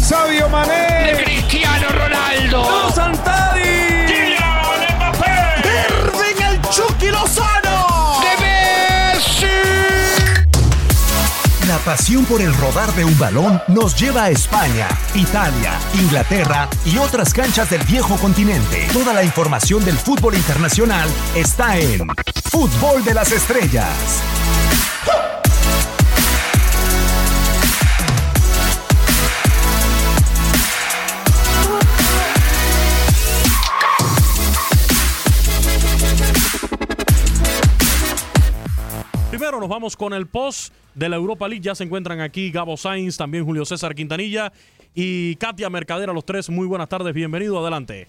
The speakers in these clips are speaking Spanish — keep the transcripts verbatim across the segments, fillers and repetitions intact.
Sadio Mané. De Cristiano Ronaldo. ¡No, Santadi! ¡Kylian Mbappé! ¡Irving el Chucky Lozano! ¡De Messi! La pasión por el rodar de un balón nos lleva a España, Italia, Inglaterra y otras canchas del viejo continente. Toda la información del fútbol internacional está en Fútbol de las Estrellas. Primero nos vamos con el post de la Europa League. Ya se encuentran aquí Gabo Sainz, también Julio César Quintanilla y Katia Mercader, a los tres. Muy buenas tardes, bienvenido, adelante.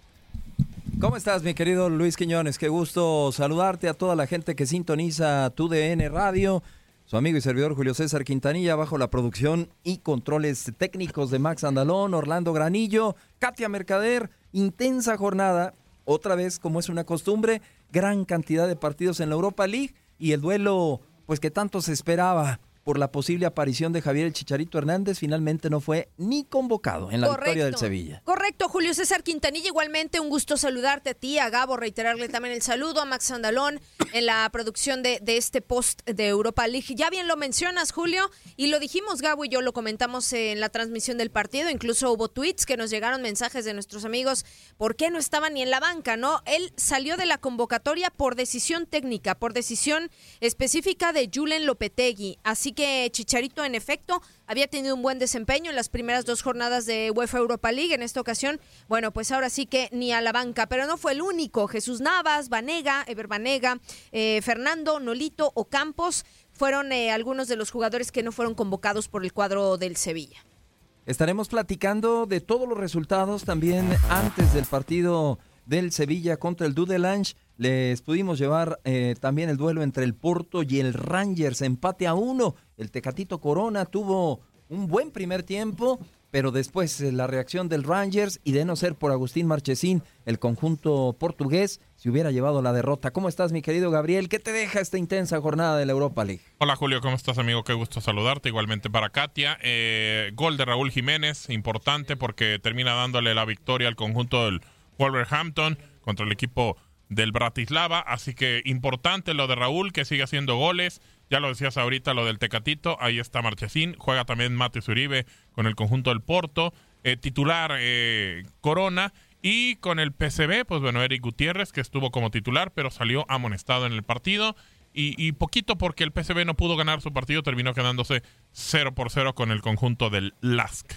¿Cómo estás, mi querido Luis Quiñones? Qué gusto saludarte, a toda la gente que sintoniza tu D N Radio. Su amigo y servidor Julio César Quintanilla, bajo la producción y controles técnicos de Max Andalón, Orlando Granillo, Katia Mercader. Intensa jornada, otra vez, como es una costumbre, gran cantidad de partidos en la Europa League. Y el duelo, pues que tanto se esperaba por la posible aparición de Javier el Chicharito Hernández, finalmente no fue ni convocado en la Correcto. victoria del Sevilla. Correcto, Julio César Quintanilla, igualmente un gusto saludarte a ti, a Gabo, reiterarle también el saludo, a Max Andalón en la producción de, de este post de Europa League. Ya bien lo mencionas, Julio, y lo dijimos, Gabo y yo lo comentamos en la transmisión del partido, incluso hubo tweets que nos llegaron, mensajes de nuestros amigos, ¿por qué no estaba ni en la banca? No, él salió de la convocatoria por decisión técnica, por decisión específica de Julen Lopetegui, así que Chicharito en efecto había tenido un buen desempeño en las primeras dos jornadas de UEFA Europa League. En esta ocasión, bueno, pues ahora sí que ni a la banca, pero no fue el único. Jesús Navas, Banega, Ever Banega, eh, Fernando, Nolito, Ocampos fueron eh, algunos de los jugadores que no fueron convocados por el cuadro del Sevilla. Estaremos platicando de todos los resultados también antes del partido del Sevilla contra el Dudelange. Les pudimos llevar eh, también el duelo entre el Porto y el Rangers, empate a uno. El Tecatito Corona tuvo un buen primer tiempo, pero después eh, la reacción del Rangers, y de no ser por Agustín Marchesín, el conjunto portugués se hubiera llevado la derrota. ¿Cómo estás, mi querido Gabriel? ¿Qué te deja esta intensa jornada de la Europa League? Hola, Julio, ¿cómo estás, amigo? Qué gusto saludarte, igualmente para Katia. Eh, gol de Raúl Jiménez, importante porque termina dándole la victoria al conjunto del Wolverhampton contra el equipo del Bratislava, así que importante lo de Raúl, que sigue haciendo goles. Ya lo decías ahorita, lo del Tecatito, ahí está Marchesín, juega también Matheus Uribe con el conjunto del Porto, eh, titular eh, Corona, y con el P S V, pues bueno, Eric Gutiérrez, que estuvo como titular, pero salió amonestado en el partido, y, y poquito porque el P S V no pudo ganar su partido, terminó quedándose cero por cero con el conjunto del Lask.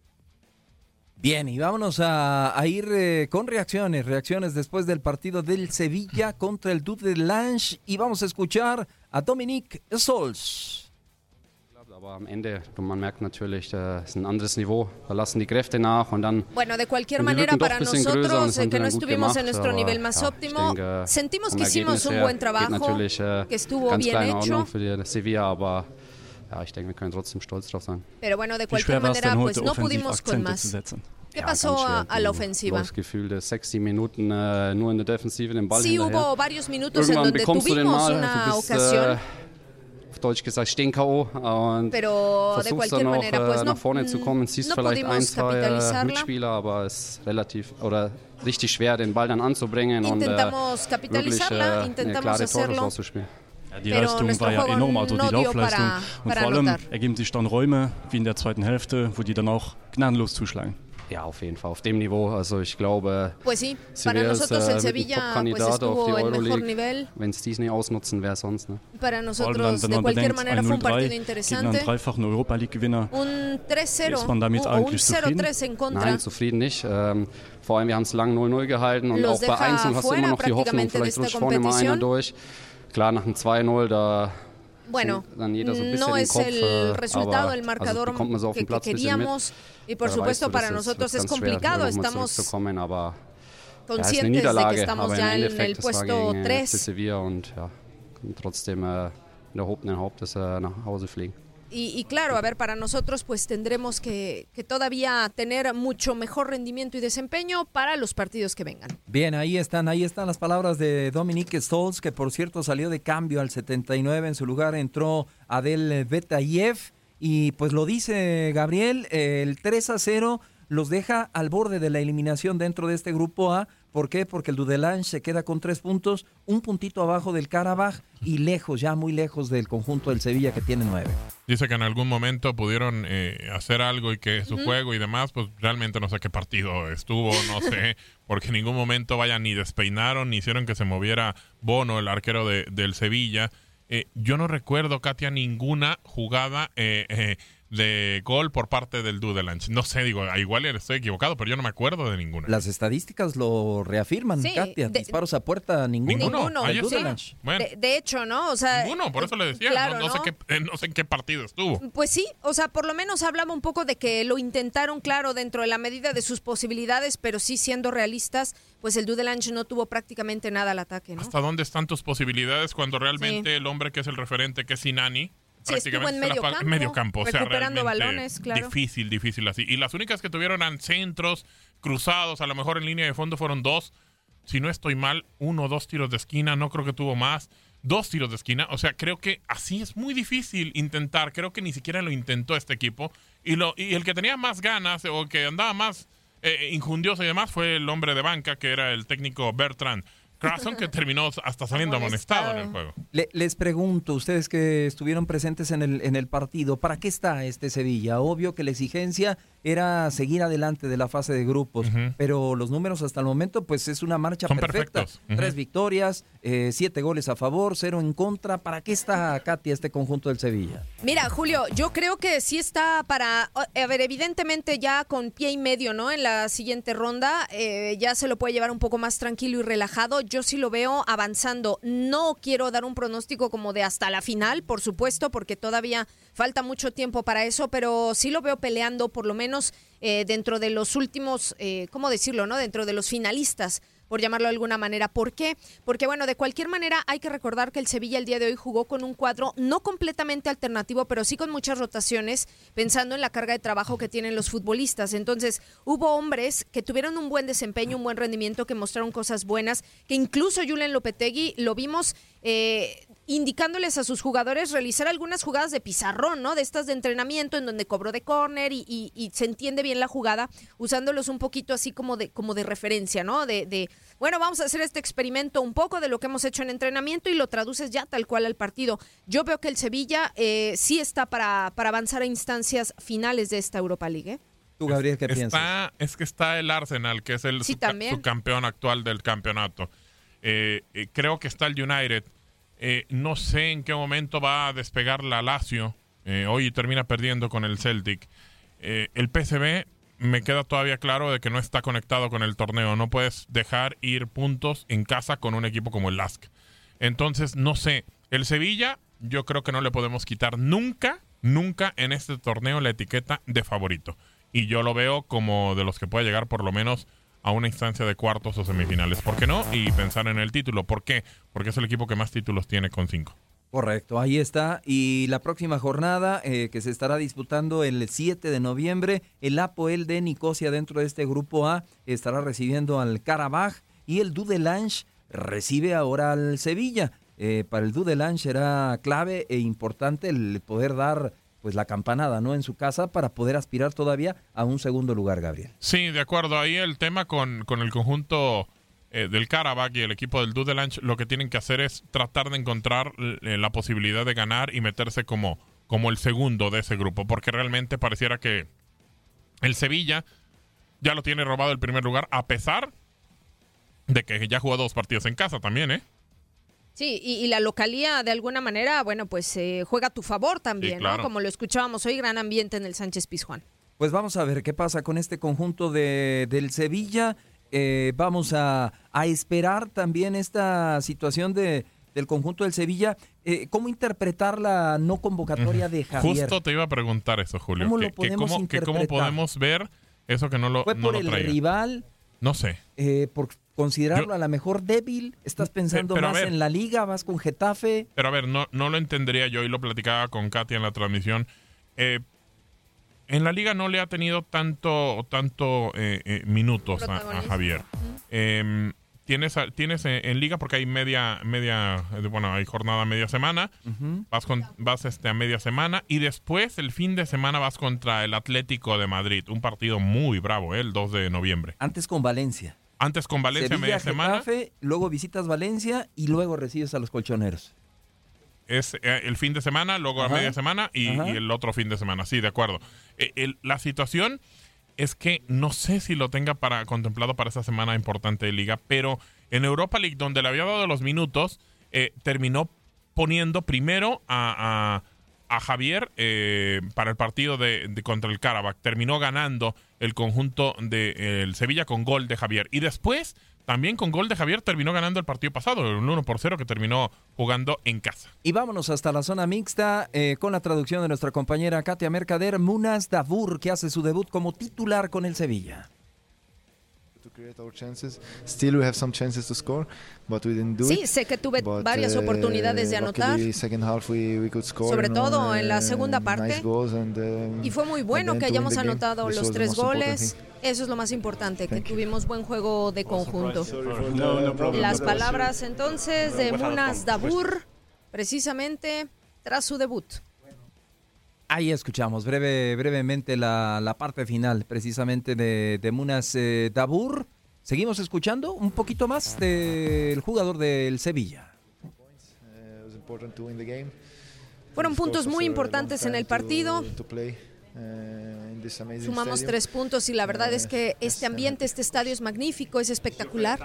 Bien, y vámonos a, a ir eh, con reacciones, reacciones después del partido del Sevilla contra el Dudelange, y vamos a escuchar a Dominique Sols. Aber am Ende, man merkt natürlich, es ist ein anderes Niveau. Da lassen die Kräfte nach und dann. Bueno, de cualquier manera, para nosotros, eh, que no estuvimos en nuestro nivel más óptimo, denke, sentimos que hicimos un buen trabajo, que estuvo bien hecho. Für Sevilla, aber ja, ich denke, wir können trotzdem stolz drauf sein. Pero bueno, de cualquier manera, pues no pudimos con más. ¿Qué pasó a, a la ofensiva? Das Gefühl de sechs, sieben Minuten uh, nur in der Defensive den Ball sí, hinterher. Hubo varios minutos en donde tuvimos una bist, ocasión. Uh, auf Deutsch gesagt, stehen K O und pero de cualquier noch, manera, pues uh, no, nach vorne zu kommen, siehst no vielleicht ein, zwei uh, capitalizarla. Mitspieler, aber es ist relativ oder richtig schwer, den Ball dann anzubringen intentamos und uh, capitalizarla, wirklich, uh, intentamos klare Tore hacerlo. rauszuspielen. Ja, die Leistung war ja enorm, also die Laufleistung. Und vor allem ergeben sich dann Räume, wie in der zweiten Hälfte, wo die dann auch gnadenlos zuschlagen. Ja, auf jeden Fall, auf dem Niveau. Also ich glaube, pues sí, para nosotros el Sevilla pues estuvo en mejor nivel. Wenn es dies nicht ausnutzen, wer sonst, ne? Para nosotros de cualquier manera fue un partido interesante. Europa League Gewinner. Un tres cero o un cero tres en contra. Nein, zufrieden nicht. Ähm, vor allem wir haben es lang null null gehalten und Los auch bei eins null hast du immer noch die Hoffnung, vielleicht rutscht vorne mal einer durch. Klar, nach dem zwei null, da Bueno, no es el resultado, el marcador que, que queríamos y por supuesto para nosotros es complicado, estamos conscientes de que estamos ya en el puesto tres y, y claro, a ver, para nosotros pues tendremos que, que todavía tener mucho mejor rendimiento y desempeño para los partidos que vengan. Bien, ahí están, ahí están las palabras de Dominique Sols, que por cierto salió de cambio al setenta y nueve, en su lugar entró Adel Betayev. y pues lo dice Gabriel, el tres a cero los deja al borde de la eliminación dentro de este grupo A. ¿Por qué? Porque el Dudelange se queda con tres puntos, un puntito abajo del Karabaj y lejos, ya muy lejos del conjunto del Sevilla que tiene nueve. Dice que en algún momento pudieron eh, hacer algo y que su uh-huh. juego y demás, pues realmente no sé qué partido estuvo, no sé, porque en ningún momento vaya ni despeinaron ni hicieron que se moviera Bono, el arquero de, del Sevilla. Eh, yo no recuerdo, Katia, ninguna jugada eh, eh, de gol por parte del Dudelange. No sé, digo, igual estoy equivocado, pero yo no me acuerdo de ninguna. Las estadísticas lo reafirman, sí, Katia. De, Disparos a puerta, ninguno. Ninguno. ninguno sí. bueno. de, de hecho, ¿no? O sea, ninguno, por eso le decía. Claro, no, no, ¿no? Sé qué, no sé en qué partido estuvo. Pues sí, o sea, por lo menos hablaba un poco de que lo intentaron, claro, dentro de la medida de sus posibilidades, pero sí siendo realistas, pues el Dudelange no tuvo prácticamente nada al ataque, ¿no? ¿Hasta dónde están tus posibilidades cuando realmente sí. el hombre que es el referente, que es Sinani, sí, estuvo en medio campo, medio campo, o sea, recuperando balones, claro. Difícil, difícil así. Y las únicas que tuvieron eran centros, cruzados, a lo mejor en línea de fondo fueron dos. Si no estoy mal, uno o dos tiros de esquina, no creo que tuvo más. Dos tiros de esquina, o sea, creo que así es muy difícil intentar. Creo que ni siquiera lo intentó este equipo. Y, lo, y el que tenía más ganas, o el que andaba más eh, injundioso y demás, fue el hombre de banca, que era el técnico Bertrand Krasson, que terminó hasta saliendo amonestado en el juego. Le, les pregunto, ustedes que estuvieron presentes en el, en el partido, ¿para qué está este Sevilla? Obvio que la exigencia era seguir adelante de la fase de grupos, uh-huh. pero los números hasta el momento, pues es una marcha Son perfecta. Perfectos. Uh-huh. Tres victorias, eh, siete goles a favor, cero en contra. ¿Para qué está, Katia, este conjunto del Sevilla? Mira, Julio, yo creo que sí está para, a ver, evidentemente ya con pie y medio, ¿no? En la siguiente ronda, eh, ya se lo puede llevar un poco más tranquilo y relajado. Yo sí lo veo avanzando. No quiero dar un pronóstico como de hasta la final, por supuesto, porque todavía falta mucho tiempo para eso, pero sí lo veo peleando por lo menos eh, dentro de los últimos, eh, ¿cómo decirlo, no? Dentro de los finalistas, por llamarlo de alguna manera. ¿Por qué? Porque, bueno, de cualquier manera hay que recordar que el Sevilla el día de hoy jugó con un cuadro no completamente alternativo, pero sí con muchas rotaciones, pensando en la carga de trabajo que tienen los futbolistas. Entonces, hubo hombres que tuvieron un buen desempeño, un buen rendimiento, que mostraron cosas buenas, que incluso Julen Lopetegui lo vimos eh, indicándoles a sus jugadores realizar algunas jugadas de pizarrón, ¿no? De estas de entrenamiento en donde cobró de córner y, y, y se entiende bien la jugada, usándolos un poquito así como de, como de referencia, ¿no? De, de, bueno, vamos a hacer este experimento un poco de lo que hemos hecho en entrenamiento y lo traduces ya tal cual al partido. Yo veo que el Sevilla eh, sí está para, para avanzar a instancias finales de esta Europa League, ¿eh? Tú, Gabriel, ¿qué está, piensas? Es que está el Arsenal, que es el sí, su, su campeón actual del campeonato. Eh, eh, creo que está el United. Eh, no sé en qué momento va a despegar la Lazio. Eh, hoy termina perdiendo con el Celtic. Eh, el P S V me queda todavía claro de que no está conectado con el torneo. No puedes dejar ir puntos en casa con un equipo como el L A S K. Entonces, no sé. El Sevilla, yo creo que no le podemos quitar nunca, nunca en este torneo la etiqueta de favorito. Y yo lo veo como de los que puede llegar por lo menos a una instancia de cuartos o semifinales. ¿Por qué no? Y pensar en el título. ¿Por qué? Porque es el equipo que más títulos tiene con cinco. Correcto, ahí está. Y la próxima jornada eh, que se estará disputando el siete de noviembre, el Apoel de Nicosia dentro de este grupo A estará recibiendo al Karabaj y el Dudelange recibe ahora al Sevilla. Eh, para el Dudelange será clave e importante el poder dar pues la campanada, ¿no? En su casa para poder aspirar todavía a un segundo lugar, Gabriel. Sí, de acuerdo. Ahí el tema con, con el conjunto eh, del Karabaj y el equipo del Dudelange, lo que tienen que hacer es tratar de encontrar eh, la posibilidad de ganar y meterse como, como el segundo de ese grupo, porque realmente pareciera que el Sevilla ya lo tiene robado el primer lugar, a pesar de que ya jugó dos partidos en casa también, ¿eh? Sí, y, y la localía de alguna manera, bueno, pues eh, juega a tu favor también, sí, claro, ¿no? Como lo escuchábamos hoy, gran ambiente en el Sánchez Pizjuán. Pues vamos a ver qué pasa con este conjunto de, del Sevilla. Eh, vamos a, a esperar también esta situación de, del conjunto del Sevilla. Eh, ¿Cómo interpretar la no convocatoria de Javier? Justo te iba a preguntar eso, Julio. ¿Cómo lo que, podemos que cómo, que ¿Cómo podemos ver eso que no lo ¿Fue no por lo el traía? rival? No sé. Eh, por considerarlo Yo, a lo mejor débil. ¿Estás pensando pero más ver, en la liga? ¿Vas con Getafe? Pero a ver, no, no lo entendería yo y lo platicaba con Katia en la transmisión. Eh, en la liga no le ha tenido tanto, tanto eh, eh, minutos a, a Javier. Uh-huh. Eh, tienes, tienes en, en liga porque hay media, media, bueno, hay jornada media semana, uh-huh. vas, con, vas este, a media semana y después el fin de semana vas contra el Atlético de Madrid, un partido muy bravo, ¿eh? El dos de noviembre. Antes con Valencia. Antes con Valencia Sevilla, media semana. Getafe, luego visitas Valencia y luego recibes a los colchoneros. Es eh, el fin de semana, luego Ajá. a media semana y, y el otro fin de semana. Sí, de acuerdo. Eh, el, la situación es que no sé si lo tenga para contemplado para esa semana importante de Liga, pero en Europa League, donde le había dado los minutos, eh, terminó poniendo primero a, a, a Javier eh, para el partido de, de contra el Karabakh. Terminó ganando el conjunto de eh, el Sevilla con gol de Javier. Y después... También con gol de Javier terminó ganando el partido pasado, un uno por cero que terminó jugando en casa. Y vámonos hasta la zona mixta eh, con la traducción de nuestra compañera Katia Mercader. Munas Dawood, que hace su debut como titular con el Sevilla. Sí, sé que tuve but, varias oportunidades de anotar, we, we sobre todo know, en la segunda parte, and, uh, y fue muy bueno que hayamos anotado los tres goles. Eso es lo más importante, que tuvimos buen juego de conjunto. Las palabras entonces de Munas Dawood, precisamente tras su debut. Ahí escuchamos breve, brevemente la, la parte final precisamente de, de Munas eh, Dawood. Seguimos escuchando un poquito más del jugador del Sevilla. Fueron puntos muy importantes en el partido. Sumamos tres puntos y la verdad es que este ambiente, este estadio es magnífico, es espectacular.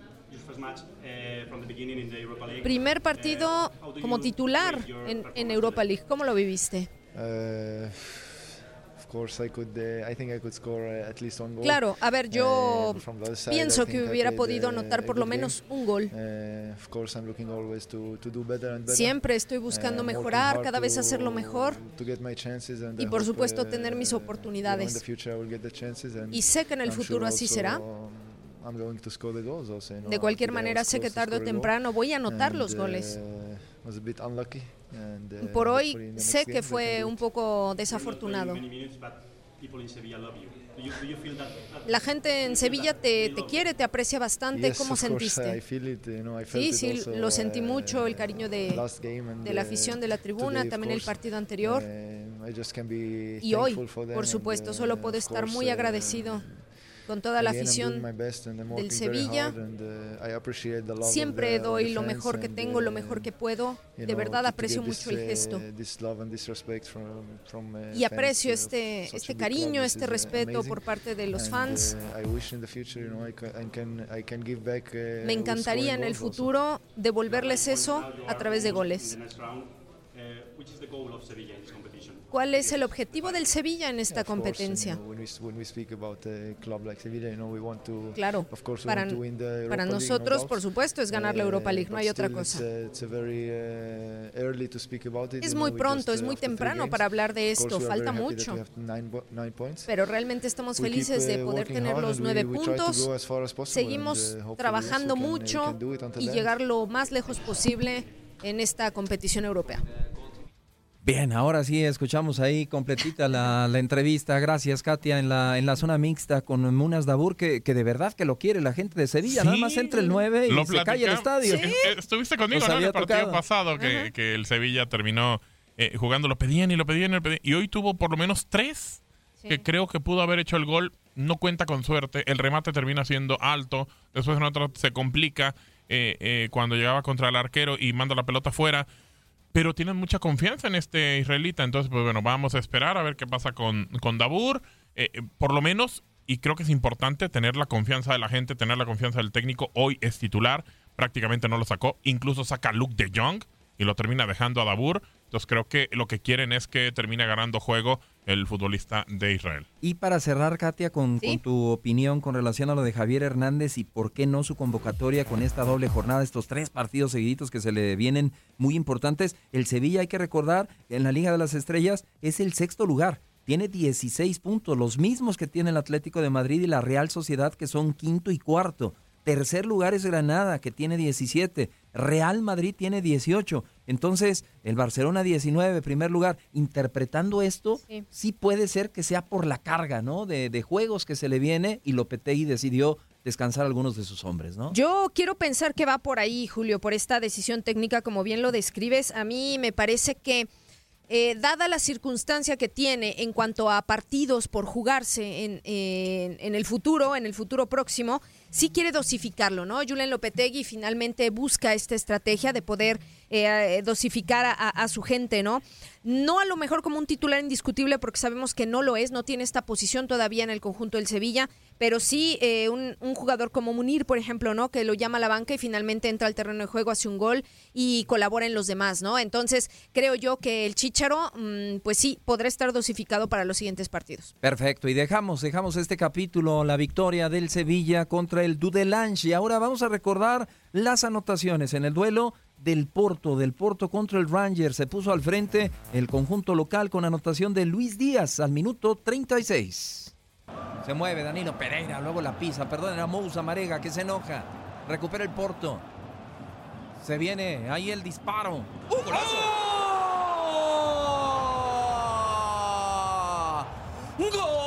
Primer partido como titular en, en Europa League. ¿Cómo lo viviste? Uh, of course I could, uh, I think I could score uh, at least one goal. Claro, a ver, yo uh, side, pienso que hubiera played, podido anotar por lo menos game. un gol. Uh, of course I'm looking always to, to do better and better. Siempre estoy buscando uh, mejorar, cada vez hacerlo mejor. To get my chances and y por hope, supuesto uh, tener mis oportunidades. You know, in the future I will get the chances and y sé que en el I'm futuro sure así also, será. I'm going to score the goals also, you know, de cualquier manera sé que tarde o temprano voy a anotar and, los goles. Uh, was a bit unlucky. And, uh, por hoy sé que fue un poco desafortunado. La gente en Sevilla te, te quiere, te aprecia bastante. ¿Cómo sentiste? Sí, sí, lo sentí mucho, el cariño de, de la afición, de la tribuna, también el partido anterior. Y hoy, por supuesto, solo puedo estar muy agradecido con toda la afición del Sevilla. Siempre doy lo mejor que tengo, lo mejor que puedo. De verdad aprecio mucho el gesto. Y aprecio este, este cariño, este respeto por parte de los fans. Me encantaría en el futuro devolverles eso a través de goles. ¿Cuál es el objetivo del Sevilla en esta competencia? Claro, para, para nosotros, por supuesto, es ganar la Europa League, no hay otra cosa. Es muy pronto, es muy temprano para hablar de esto, falta mucho. Pero realmente estamos felices de poder tener los nueve puntos. Seguimos trabajando mucho y llegar lo más lejos posible en esta competición europea. Bien, ahora sí escuchamos ahí completita la, la entrevista. Gracias, Katia, en la en la zona mixta con Munas Dawood, que, que de verdad que lo quiere la gente de Sevilla. Sí, nada más entra el nueve y se cae el estadio. ¿Sí? Estuviste conmigo, ¿no? En el partido tocado. pasado que, que el Sevilla terminó eh, jugando. Lo pedían y lo pedían y lo pedían. Y hoy tuvo por lo menos tres sí. que creo que pudo haber hecho el gol. No cuenta con suerte. El remate termina siendo alto. Después en otro se complica eh, eh, cuando llegaba contra el arquero y manda la pelota fuera. Pero tienen mucha confianza en este israelita. Entonces, pues bueno, vamos a esperar a ver qué pasa con, con Dawood. Eh, por lo menos, y creo que es importante tener la confianza de la gente, tener la confianza del técnico. Hoy es titular, prácticamente no lo sacó. Incluso saca a Luke de Jong y lo termina dejando a Dawood. Entonces creo que lo que quieren es que termine ganando juego el futbolista de Israel. Y para cerrar, Katia, con, ¿Sí? con tu opinión con relación a lo de Javier Hernández y por qué no su convocatoria con esta doble jornada, estos tres partidos seguiditos que se le vienen muy importantes. El Sevilla, hay que recordar, en la Liga de las Estrellas es el sexto lugar. Tiene dieciséis puntos, los mismos que tiene el Atlético de Madrid y la Real Sociedad, que son quinto y cuarto. Tercer lugar es Granada, que tiene diecisiete. Real Madrid tiene dieciocho. Entonces, el Barcelona diecinueve, primer lugar. Interpretando esto, sí, sí puede ser que sea por la carga, ¿no? De, de juegos que se le viene, y Lopetegui decidió descansar a algunos de sus hombres, ¿no? Yo quiero pensar que va por ahí, Julio, por esta decisión técnica, como bien lo describes. A mí me parece que Eh, dada la circunstancia que tiene en cuanto a partidos por jugarse en, en, en el futuro, en el futuro próximo, sí quiere dosificarlo, ¿no? Julen Lopetegui finalmente busca esta estrategia de poder eh, dosificar a, a su gente, ¿no? No a lo mejor como un titular indiscutible, porque sabemos que no lo es, no tiene esta posición todavía en el conjunto del Sevilla, pero sí eh, un, un jugador como Munir, por ejemplo, ¿no? Que lo llama a la banca y finalmente entra al terreno de juego, hace un gol y colabora en los demás, ¿no? Entonces, creo yo que el Chícharo, mmm, pues sí, podrá estar dosificado para los siguientes partidos. Perfecto, y dejamos, dejamos este capítulo, la victoria del Sevilla contra el Dudelange, y ahora vamos a recordar las anotaciones en el duelo del Porto, del Porto contra el Rangers. Se puso al frente el conjunto local con anotación de Luis Díaz al minuto treinta y seis. Se mueve Danilo Pereira, luego la pisa, perdón, era Moussa Marega que se enoja. Recupera el Porto. Se viene ahí el disparo. ¡Uh, golazo! ¡Oh! ¡Gol!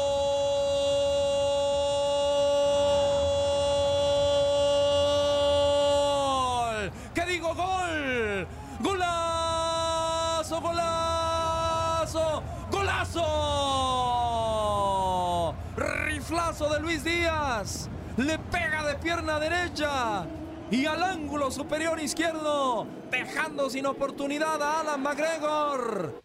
¿Qué digo? ¡Gol! ¡Golazo, golazo! ¡Golazo! Riflazo de Luis Díaz. Le pega de pierna derecha y al ángulo superior izquierdo, dejando sin oportunidad a Alan McGregor.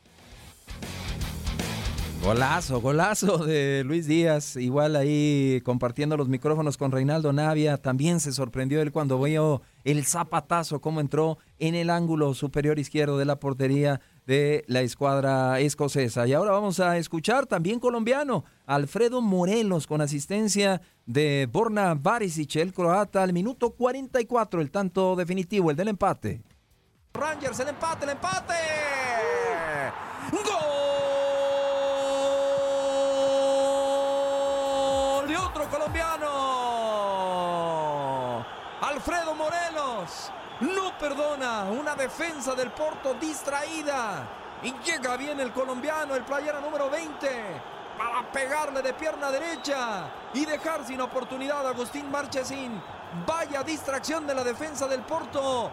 Golazo, golazo de Luis Díaz, igual ahí compartiendo los micrófonos con Reinaldo Navia. También se sorprendió él cuando vio el zapatazo, cómo entró en el ángulo superior izquierdo de la portería de la escuadra escocesa. Y ahora vamos a escuchar también colombiano, Alfredo Morelos, con asistencia de Borna Barisic, el croata, al minuto cuarenta y cuatro, el tanto definitivo, el del empate. Rangers, el empate, el empate. ¡Gol! De otro colombiano. Alfredo Morelos no perdona, una defensa del Porto distraída, y llega bien el colombiano, el playera número veinte, para pegarle de pierna derecha y dejar sin oportunidad a Agustín Marchesín. Vaya distracción de la defensa del Porto.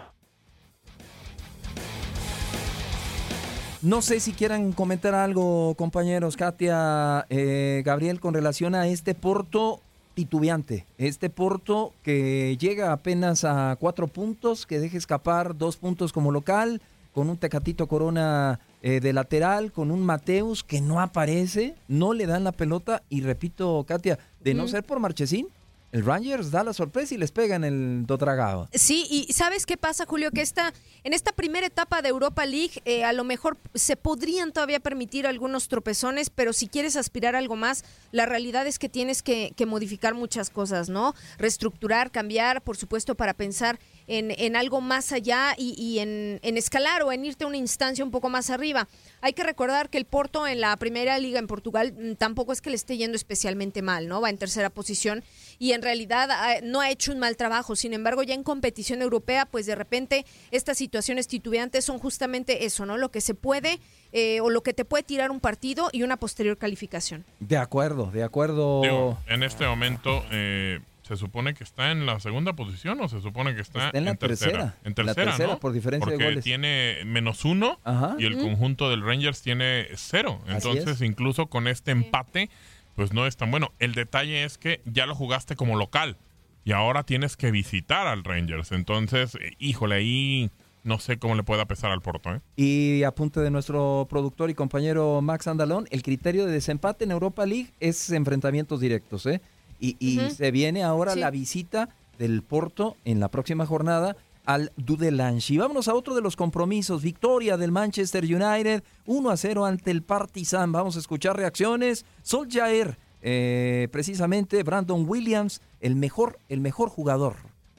No sé si quieran comentar algo, compañeros, Katia, eh, Gabriel, con relación a este Porto titubeante, este Porto que llega apenas a cuatro puntos, que deja escapar dos puntos como local, con un Tecatito Corona eh, de lateral, con un Mateus que no aparece, no le dan la pelota, y repito, Katia, de no mm. ser por Marchesín, el Rangers da la sorpresa y les pega en el Dodragao. Sí, y ¿sabes qué pasa, Julio? Que esta, en esta primera etapa de Europa League eh, a lo mejor se podrían todavía permitir algunos tropezones, pero si quieres aspirar a algo más, la realidad es que tienes que, que modificar muchas cosas, ¿no? Reestructurar, cambiar, por supuesto, para pensar en, en algo más allá y, y en, en escalar o en irte a una instancia un poco más arriba. Hay que recordar que el Porto en la primera liga en Portugal tampoco es que le esté yendo especialmente mal, ¿no? Va en tercera posición y en realidad no ha hecho un mal trabajo. Sin embargo, ya en competición europea, pues de repente estas situaciones titubeantes son justamente eso, ¿no? Lo que se puede eh, o lo que te puede tirar un partido y una posterior calificación. De acuerdo, de acuerdo. Digo, en este momento eh, se supone que está en la segunda posición o se supone que está, está en la en tercera. tercera. En tercera, la tercera, ¿no? por diferencia Porque de goles. tiene menos uno. Ajá. Y el mm. conjunto del Rangers tiene cero. Entonces, incluso con este empate, pues no es tan bueno. El detalle es que ya lo jugaste como local y ahora tienes que visitar al Rangers. Entonces, híjole, ahí no sé cómo le pueda pesar al Porto, ¿eh? Y apunte de nuestro productor y compañero Max Andalón, el criterio de desempate en Europa League es enfrentamientos directos, ¿eh? Y, y uh-huh. se viene ahora sí. la visita del Porto en la próxima jornada al Dudelange. Y vámonos a otro de los compromisos. Victoria del Manchester United, uno a cero ante el Partizan. Vamos a escuchar reacciones. Solskjaer, eh, precisamente Brandon Williams, el mejor, el mejor jugador.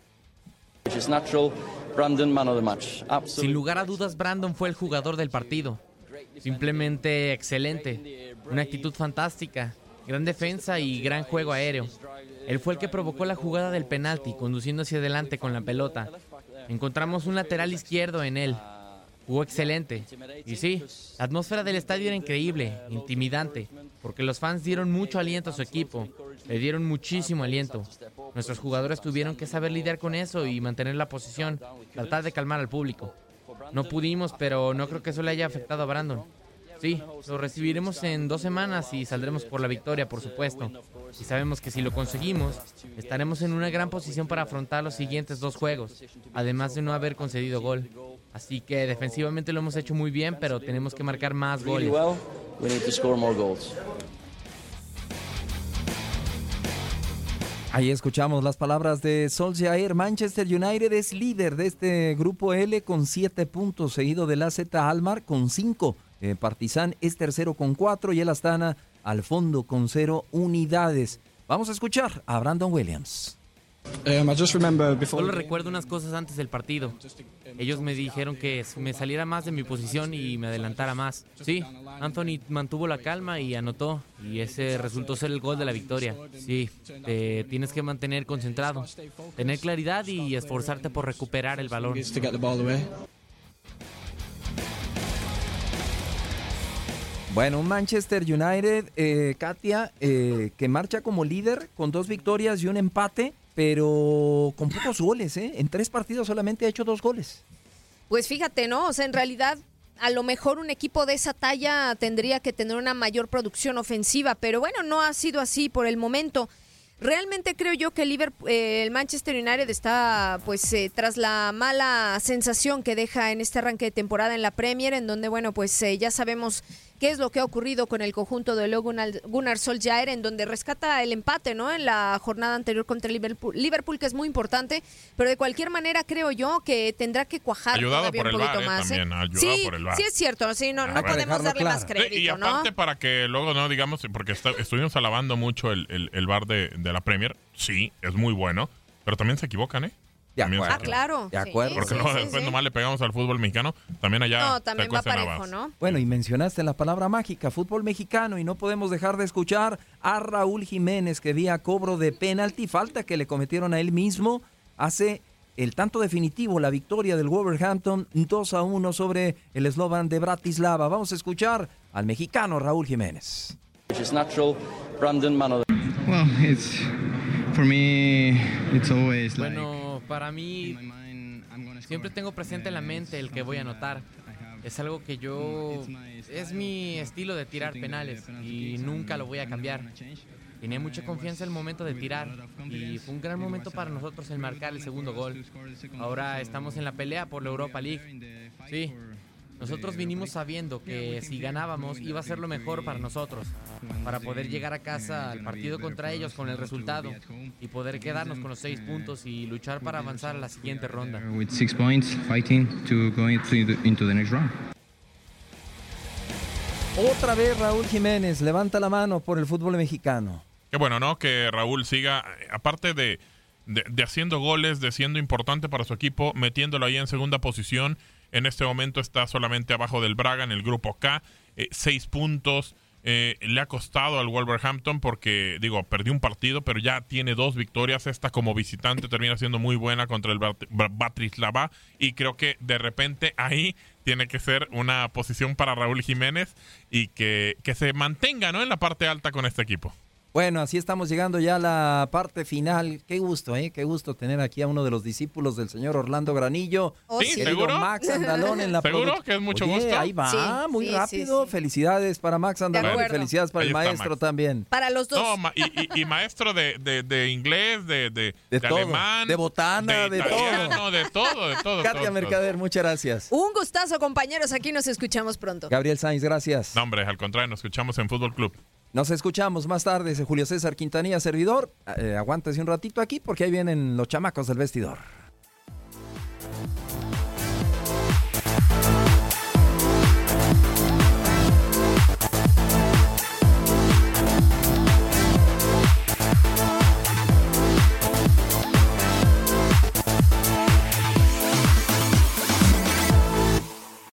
Sin lugar a dudas, Brandon fue el jugador del partido. Simplemente excelente. Una actitud fantástica. Gran defensa y gran juego aéreo. Él fue el que provocó la jugada del penalti, conduciendo hacia adelante con la pelota. Encontramos un lateral izquierdo en él. Jugó excelente. Y sí, la atmósfera del estadio era increíble, intimidante, porque los fans dieron mucho aliento a su equipo. Le dieron muchísimo aliento. Nuestros jugadores tuvieron que saber lidiar con eso y mantener la posición, tratar de calmar al público. No pudimos, pero no creo que eso le haya afectado a Brandon. Sí, lo recibiremos en dos semanas y saldremos por la victoria, por supuesto. Y sabemos que si lo conseguimos, estaremos en una gran posición para afrontar los siguientes dos juegos, además de no haber concedido gol. Así que defensivamente lo hemos hecho muy bien, pero tenemos que marcar más goles. Ahí escuchamos las palabras de Solskjaer. Manchester United es líder de este grupo L con siete puntos, seguido del A Z Alkmaar con cinco. Eh, Partizan es tercero con cuatro y el Astana al fondo con cero unidades. Vamos a escuchar a Brandon Williams. Solo recuerdo unas cosas antes del partido. Ellos me dijeron que me saliera más de mi posición y me adelantara más. Sí, Anthony mantuvo la calma y anotó, y ese resultó ser el gol de la victoria. Sí, te tienes que mantener concentrado, tener claridad y esforzarte por recuperar el balón. Bueno, un Manchester United, eh, Katia, eh, que marcha como líder con dos victorias y un empate, pero con pocos goles, ¿eh? En tres partidos solamente ha hecho dos goles. Pues fíjate, ¿no? O sea, en realidad, a lo mejor un equipo de esa talla tendría que tener una mayor producción ofensiva, pero bueno, no ha sido así por el momento. Realmente creo yo que el, Liverpool, eh, el Manchester United está pues eh, tras la mala sensación que deja en este arranque de temporada en la Premier, en donde bueno pues eh, ya sabemos qué es lo que ha ocurrido con el conjunto de Ole Gunnar, Gunnar Solskjaer, en donde rescata el empate, ¿no? En la jornada anterior contra el Liverpool, Liverpool, que es muy importante, pero de cualquier manera creo yo que tendrá que cuajar ayudado todavía por un el poquito V A R, más. Eh, también, ayudado sí, por el V A R. sí es cierto, sí, no, no podemos darle claro. más crédito, sí, y aparte ¿no? para que luego no digamos, porque está, estuvimos alabando mucho el, el, el V A R de, de la Premier, sí, es muy bueno, pero también se equivocan, ¿eh? De acuerdo. Ah, claro. De acuerdo. Sí, Porque sí, luego sí, después sí. nomás le pegamos al fútbol mexicano, también allá No, también se va cuecen parejo, habas. ¿no? Bueno, y mencionaste la palabra mágica, fútbol mexicano, y no podemos dejar de escuchar a Raúl Jiménez, que vía cobro de penalti, falta que le cometieron a él mismo, hace el tanto definitivo, la victoria del Wolverhampton dos a uno sobre el Slovan de Bratislava. Vamos a escuchar al mexicano Raúl Jiménez. Well, it's for me it's always like Bueno, para mí siempre tengo presente en la mente el que voy a anotar. Es algo que yo... es mi estilo de tirar penales y nunca lo voy a cambiar. Tenía mucha confianza en el momento de tirar y fue un gran momento para nosotros el marcar el segundo gol. Ahora estamos en la pelea por la Europa League. Sí, nosotros vinimos sabiendo que si ganábamos iba a ser lo mejor para nosotros, para poder llegar a casa al partido contra ellos con el resultado y poder quedarnos con los seis puntos y luchar para avanzar a la siguiente ronda. with six points fighting to go into the, into the next round. Otra vez Raúl Jiménez, levanta la mano por el fútbol mexicano. Qué bueno, ¿no? Que Raúl siga, aparte de, de, de haciendo goles, de siendo importante para su equipo, metiéndolo ahí en segunda posición. En este momento está solamente abajo del Braga en el grupo K, eh, seis puntos. Eh, le ha costado al Wolverhampton porque, digo, perdió un partido, pero ya tiene dos victorias. Esta como visitante termina siendo muy buena contra el Bratislava y creo que de repente ahí tiene que ser una posición para Raúl Jiménez y que, que se mantenga, ¿no?, en la parte alta con este equipo. Bueno, así estamos llegando ya a la parte final. Qué gusto, ¿eh? Qué gusto tener aquí a uno de los discípulos del señor Orlando Granillo. Oh, ¿Sí? sí. ¿Seguro? Max Andalón en la ¿Seguro produ- que es mucho Oye, gusto? ahí va, Sí, muy sí, rápido. sí, sí. Felicidades para Max Andalón y acuerdo. felicidades para Ahí el está, maestro Max. también. Para los dos. No, ma- y, y- y maestro de, de, de inglés, de, de, De de todo, alemán, de botana, de italiano, todo. de todo, de todo. Katia todo, Mercader, muchas gracias. Un gustazo, compañeros. Aquí nos escuchamos pronto. Gabriel Sainz, gracias. No, hombre, al contrario, nos escuchamos en Fútbol Club. Nos escuchamos más tarde. Julio César Quintanilla, servidor. Eh, aguántese un ratito aquí porque ahí vienen los chamacos del vestidor.